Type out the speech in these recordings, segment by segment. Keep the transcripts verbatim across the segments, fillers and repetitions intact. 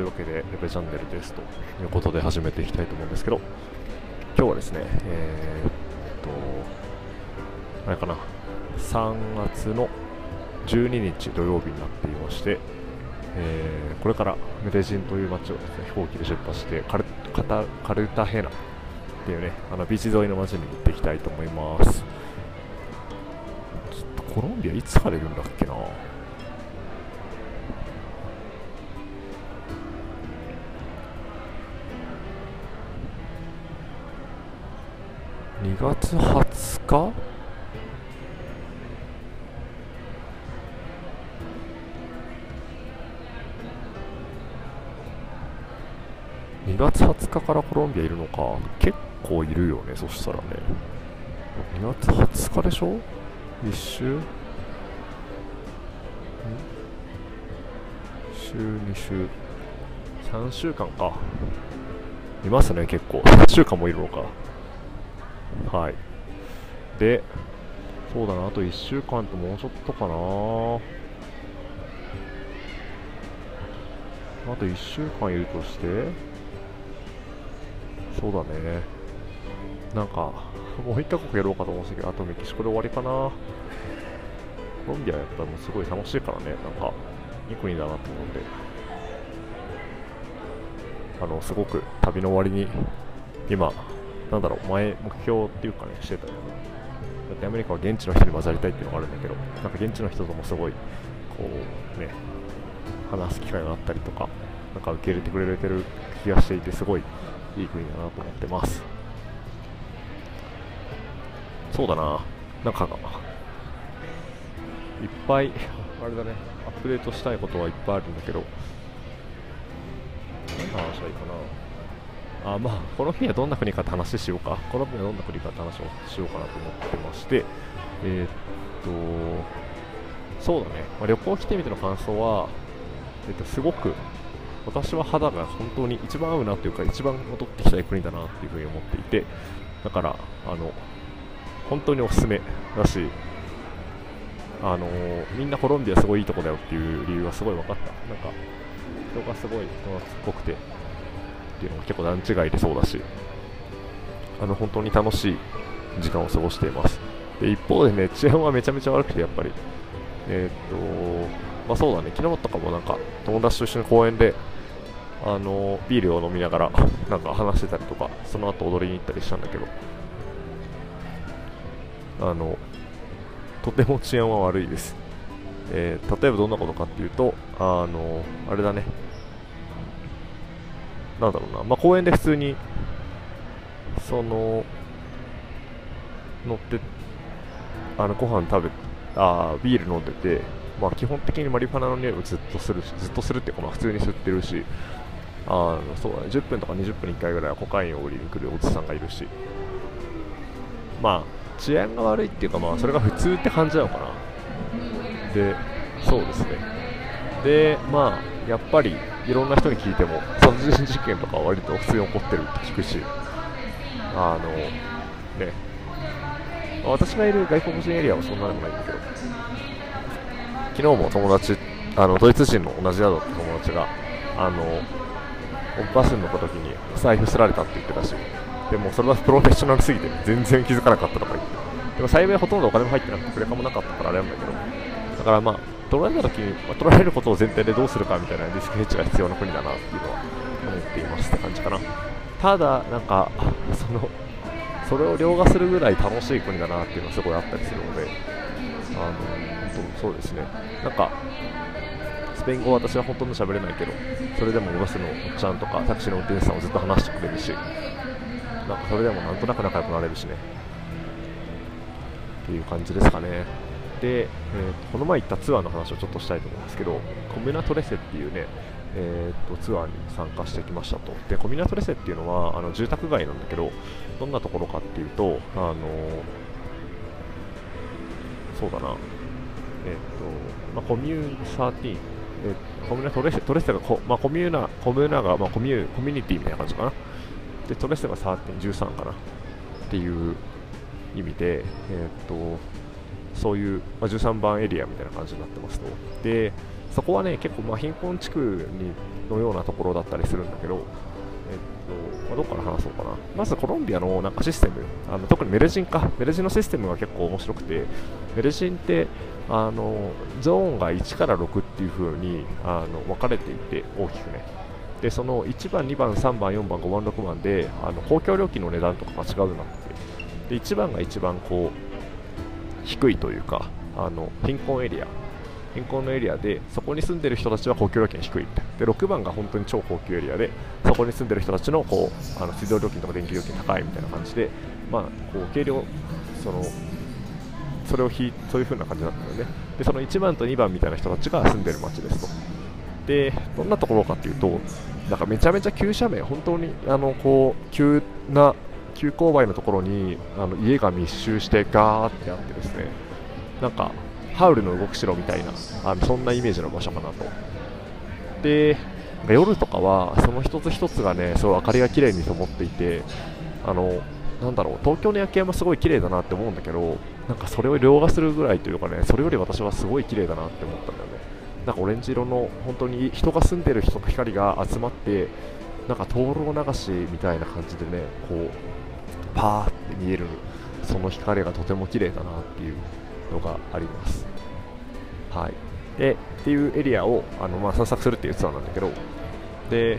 いうわけでレベチャンネルですということで始めていきたいと思うんですけど、今日はですね、えー、っとあれかなさんがつのじゅうににち土曜日になっていまして、えー、これからメデジンという街をですね飛行機で出発してカルカタカルタヘナっていうねあのビーチ沿いの街に行っていきたいと思います。ちょっとコロンビアいつ晴れるんだっけな。にがつはつかにがつはつかからコロンビアいるのか。結構いるよね。そしたらねにがつはつかでしょ。いっ週ん週に週さんしゅうかんかいますね。結構さんしゅうかんもいるのか。はい。で、そうだな、あといっしゅうかんともうちょっとかな。あといっしゅうかんいるとして、そうだね。なんか、もう一カ国やろうかと思うんですけど、あとメキシコで終わりかな。コロンビアやったらもうすごい楽しいからね。なんか、いい国だなと思うんで。あの、すごく旅の終わりに、今、なんだろう、前、目標っていうかね、してたよね。だってアメリカは現地の人に混ざりたいっていうのがあるんだけど、なんか現地の人ともすごい、こうね、話す機会があったりとか、なんか受け入れてくれてる気がしていて、すごいいい国だなと思ってます。そうだな、なんか、いっぱい、あれだね、アップデートしたいことはいっぱいあるんだけど、何の話がいいかな。あまあ、コロンビアどんな国かって話しようか。コロンビアどんな国かって話をしようかなと思ってまして、えー、っと、そうだね、まあ、旅行来てみての感想は、えっと、すごく、私は肌が本当に一番合うなというか、一番戻ってきたい国だなっていうふうに思っていて、だから、あの、本当におすすめだし、あのー、みんなコロンビアすごいいいとこだよっていう理由がすごい分かった。なんか、人がすごい人懐っこくて、っていうのが結構段違いでそうだし、あの本当に楽しい時間を過ごしています。で一方でね、治安はめちゃめちゃ悪くて、やっぱりえー、っとまあそうだね、昨日とかもなんか友達と一緒に公園であのビールを飲みながらなんか話してたりとか、その後踊りに行ったりしたんだけど、あのとても治安は悪いです。えー、例えばどんなことかっていうと、あのあれだね、なんだろうな、まあ、公園で普通にその乗ってあのご飯食べあビール飲んでて、まあ、基本的にマリファナの匂いをずっとするしずっとするっていうか、まあ、普通に吸ってるし、あのそうだね、じゅっぷんとかにじゅっぷんにいっかいぐらいはコカインを売りに来るおじさんがいるし、まあ治安が悪いっていうか、まあそれが普通って感じなのかな。でそうですね。でまあやっぱりいろんな人に聞いても殺人事件とかは割と普通に起こってるって聞くし、あのね、私がいる外国人エリアはそんなでもないんだけど、昨日も友達、あのドイツ人の同じ宿の友達があのバスに乗った時に財布すられたって言ってたし、でもそれはプロフェッショナルすぎて全然気づかなかったとか言って、でも幸いほとんどお金も入ってなくてプレカもなかったからあれなんだけど、だからまあ取られた時に、まあ、取られることを前提でどうするかみたいなリスクヘッジが必要な国だなっていうのは思っていますって感じかな。ただなんかそのそれを凌駕するぐらい楽しい国だなっていうのはすごいあったりするので、あの本当そうですね。なんかスペイン語は私はほとんど喋れないけど、それでもバスのおっちゃんとかタクシーの運転手さんをずっと話してくれるし、なんかそれでもなんとなく仲良くなれるしねっていう感じですかね。で、えー、この前行ったツアーの話をちょっとしたいと思うんですけど、コミュナトレセっていうね、えー、とツアーに参加してきましたと。でコミュナトレセっていうのはあの住宅街なんだけど、どんなところかっていうと、あのー、そうだな、えーとまあ、コミューじゅうさん、えー、コミュナトレセトレセがコ、まあ、コミューナコミューナが、まあ、コミューコミュニティみたいな感じかな。でトレセがさんてんじゅうさんかなっていう意味で、えー、とそういう、まあ、じゅうさんばんエリアみたいな感じになってますと。でそこはね結構まあ貧困地区にのようなところだったりするんだけど、えっとまあ、どこから話そうかな。まずコロンビアのなんかシステム、あの特にメルジンか、メルジンのシステムが結構面白くて、メルジンってあのゾーンがいちからろくっていう風にあの分かれていて、大きくね。でそのいちばん、にばん、さんばん、よんばん、ごばん、ろくばんであの公共料金の値段とかが違うようになってて、でいちばんが一番こう低いというか、あの貧困エリア貧困のエリアで、そこに住んでる人たちは公共料金が低いで、ろくばんが本当に超高級エリアで、そこに住んでる人たちのこうあの水道料金とか電気料金高いみたいな感じで、まあ、こう計量そのそれをひそういう風な感じだったので、ね、でそのいちばんとにばんみたいな人たちが住んでる街ですと。でどんなところかというと、なんかめちゃめちゃ急斜面、本当にあのこう急な急勾配のところにあの家が密集してガーってあってですね、なんかハウルの動く城みたいな、あのそんなイメージの場所かなと。で夜とかはその一つ一つがね、すごい明かりが綺麗に灯っていて、あのなんだろう、東京の夜景もすごい綺麗だなって思うんだけど、なんかそれを凌駕するぐらいというかね、それより私はすごい綺麗だなって思ったんだよね。なんかオレンジ色の本当に人が住んでる人の光が集まって、なんか灯籠流しみたいな感じでね、こうパーって見える、その光がとても綺麗だなっていうのがあります。はい、でっていうエリアをあの、まあ、散策するっていうツアーなんだけど、で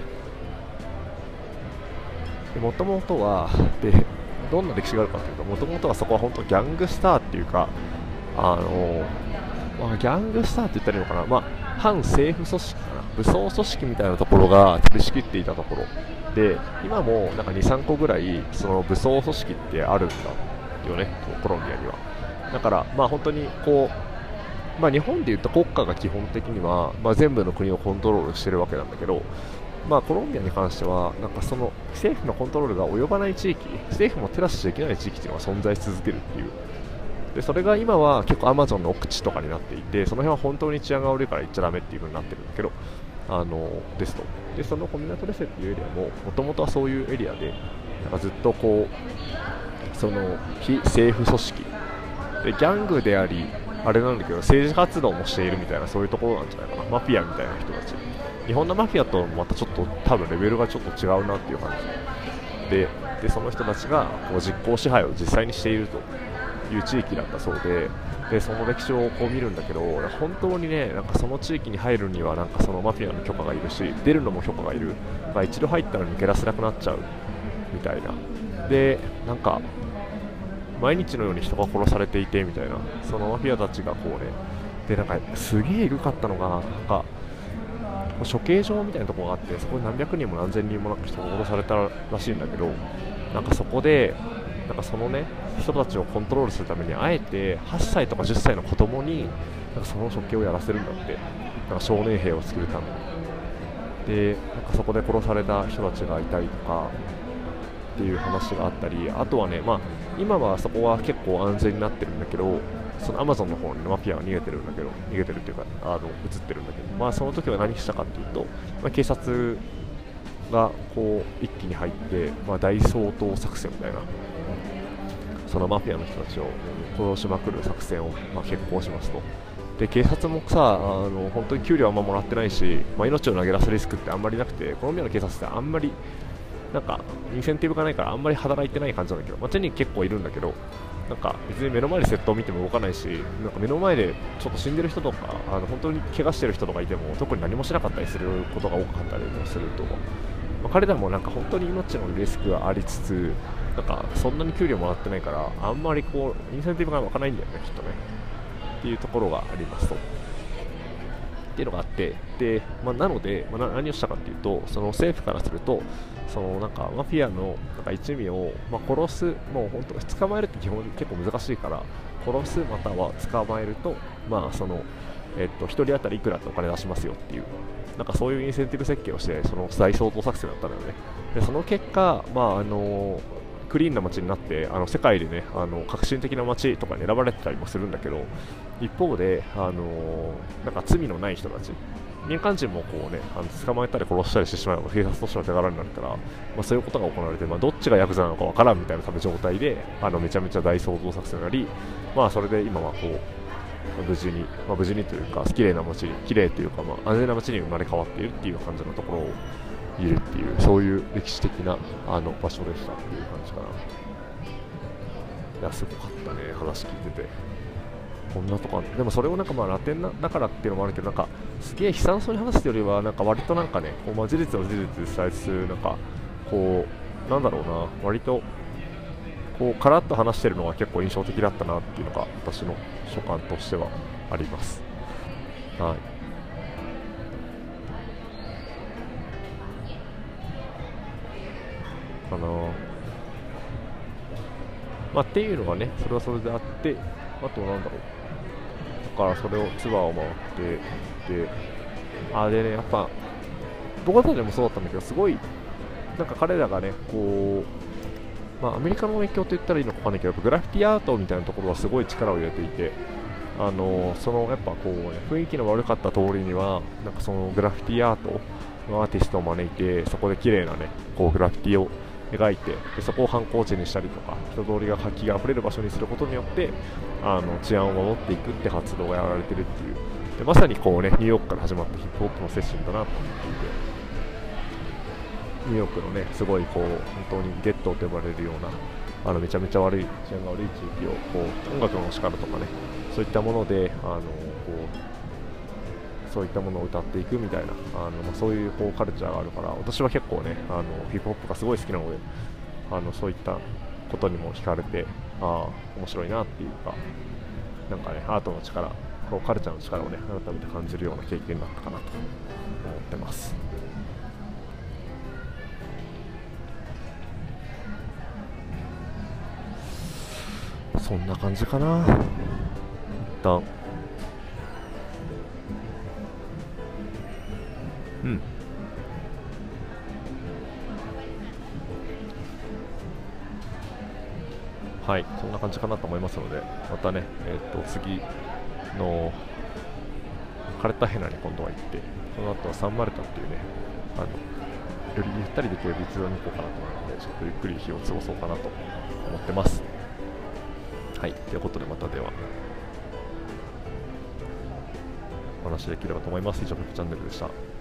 もともとはでどんな歴史があるかというと、もともとはそこは本当ギャングスターっていうか、あのまあ、ギャングスターって言ったらいいのかな、まあ、反政府組織かな、武装組織みたいなところが取り仕切っていたところで、今もなんかに、さんこぐらいその武装組織ってあるんだよね、コロンビアには。だからまあ本当にこう、まあ、日本でいうと国家が基本的には、まあ、全部の国をコントロールしてるわけなんだけど、まあ、コロンビアに関してはなんかその政府のコントロールが及ばない地域、政府も手出しできない地域というのが存在し続けるっていう。でそれが今は結構アマゾンの奥地とかになっていて、その辺は本当に治安が悪いから行っちゃダメっていう風になってるんだけど、あのですと。でそのコミナトレセっていうエリアももともとはそういうエリアで、なんかずっとこうその非政府組織でギャングであり、あれなんだけど政治活動もしているみたいな、そういうところなんじゃないかな。マフィアみたいな人たち、日本のマフィアとまたちょっと多分レベルがちょっと違うなっていう感じで、でその人たちがこう実効支配を実際にしているという地域だったそうで、でその歴史をこう見るんだけど、本当にね、なんかその地域に入るにはなんかそのマフィアの許可がいるし、出るのも許可がいる、まあ、一度入ったら抜け出せなくなっちゃうみたいな。でなんか毎日のように人が殺されていてみたいな、そのマフィアたちがこうね、でなんかすげえエグかったのが、なんか処刑場みたいなところがあって、そこに何百人も何千人もなんか人が殺されたらしいんだけど、なんかそこでなんかそのね人たちをコントロールするためにあえてはっさいとかじゅっさいの子供になんかその処刑をやらせるんだって、なんか少年兵を作るために。でなんかそこで殺された人たちがいたりとかっていう話があったり、あとはね、まあ、今はそこは結構安全になってるんだけど、そのアマゾンの方にマフィアが逃げてるんだけど、逃げてるっていうかあの映ってるんだけど、まあ、その時は何したかっていうと、まあ、警察がこう一気に入って、まあ、大掃討作戦みたいな、そのマフィアの人たちを殺しまくる作戦をまあ決行しますと。で警察もさ、あの本当に給料あんまもらってないし、まあ、命を投げ出すリスクってあんまりなくて、コロンビアの警察ってあんまりなんかインセンティブがないからあんまり働いてない感じなんだけど、街に結構いるんだけど、なんか別に目の前で窃盗を見ても動かないし、なんか目の前でちょっと死んでる人とか、あの本当に怪我してる人とかいても特に何もしなかったりすることが多かったりもすると、まあ、彼らもなんか本当に命のリスクがありつつ、なんかそんなに給料もらってないからあんまりこうインセンティブが湧かないんだよね、きっとねっていうところがありますと。っていうのがあって、で、まあ、なので、まあ、何をしたかっていうと、その政府からすると、そのなんかマフィアのなんか一味を、まあ、殺す、もう本当捕まえるって基本結構難しいから、殺すまたは捕まえると、まあそのえっと、ひとり当たりいくらってお金出しますよっていう、なんかそういうインセンティブ設計をして、その大掃討作戦だったんだよね。でその結果、まああのクリーンな街になって、あの世界でね、あの革新的な街とかに選ばれてたりもするんだけど、一方で、あのなんか罪のない人たち、民間人もこうね、あの捕まえたり殺したりしてしまえば警察としては手柄になるから、まあ、そういうことが行われて、まあ、どっちがヤクザなのかわからんみたいな多分状態で、あのめちゃめちゃ大騒動作戦になり、まあ、それで今はこうまあ無事に、まあ、無事にというか綺麗な街に綺麗というか、まあ、安全な街に生まれ変わっているっていう感じのところを見るっていう、そういう歴史的なあの場所でしたっていう感じかな。いやすごかったね、話聞いてて。こんなとこあんでもそれをなんかまあラテンなだからっていうのもあるけど、なんかすげえ悲惨そうに話すよりはなんか割となんかね、こうまあ事実を事実で伝えつつ、なんかこうなんだろうな、割とこうカラッと話してるのが結構印象的だったなっていうのが私の所感としてはあります。はい。かな。まあっていうのがね、それはそれであって、あとなんだろう。だからそれをツアーを回ってで、あでねやっぱ僕たちもそうだったんだけど、すごいなんか彼らがねこう、まあ、アメリカの影響と言ったらいいのかわかんないけど、グラフィティアートみたいなところはすごい力を入れていて、あのそのやっぱこう、ね、雰囲気の悪かった通りにはなんかそのグラフィティアートのアーティストを招いて、そこで綺麗なねこうグラフィティを描いて、でそこを観光地にしたりとか人通りが活気があふれる場所にすることによってあの治安を守っていくって活動がやられてるっていう、でまさにこうねニューヨークから始まったヒップホップのセッションだなと思っていて、ニューヨークのねすごいこう本当にゲットと呼ばれるようなあのめちゃめちゃ悪い治安が悪い地域をこう音楽の力とかねそういったものであのこうそういったものを歌っていくみたいなあの、まあ、そういうこうカルチャーがあるから、私は結構ねあのヒップホップがすごい好きなので、あのそういったことにも惹かれて、ああ面白いなっていうか、なんかねアートの力、こうカルチャーの力をね改めて感じるような経験だったかなと思ってます。そんな感じかな。一旦うんはい、そんな感じかなと思いますので、またね、えー、と次のカレッタヘナに今度は行って、その後はサンマルタっていうね、あのよりゆったりできる立道に行こうかなと思うので、ちょっとゆっくり日を過ごそうかなと思ってます。はい、ということでまたではお話できればと思います。以上、ペプチャンネルでした。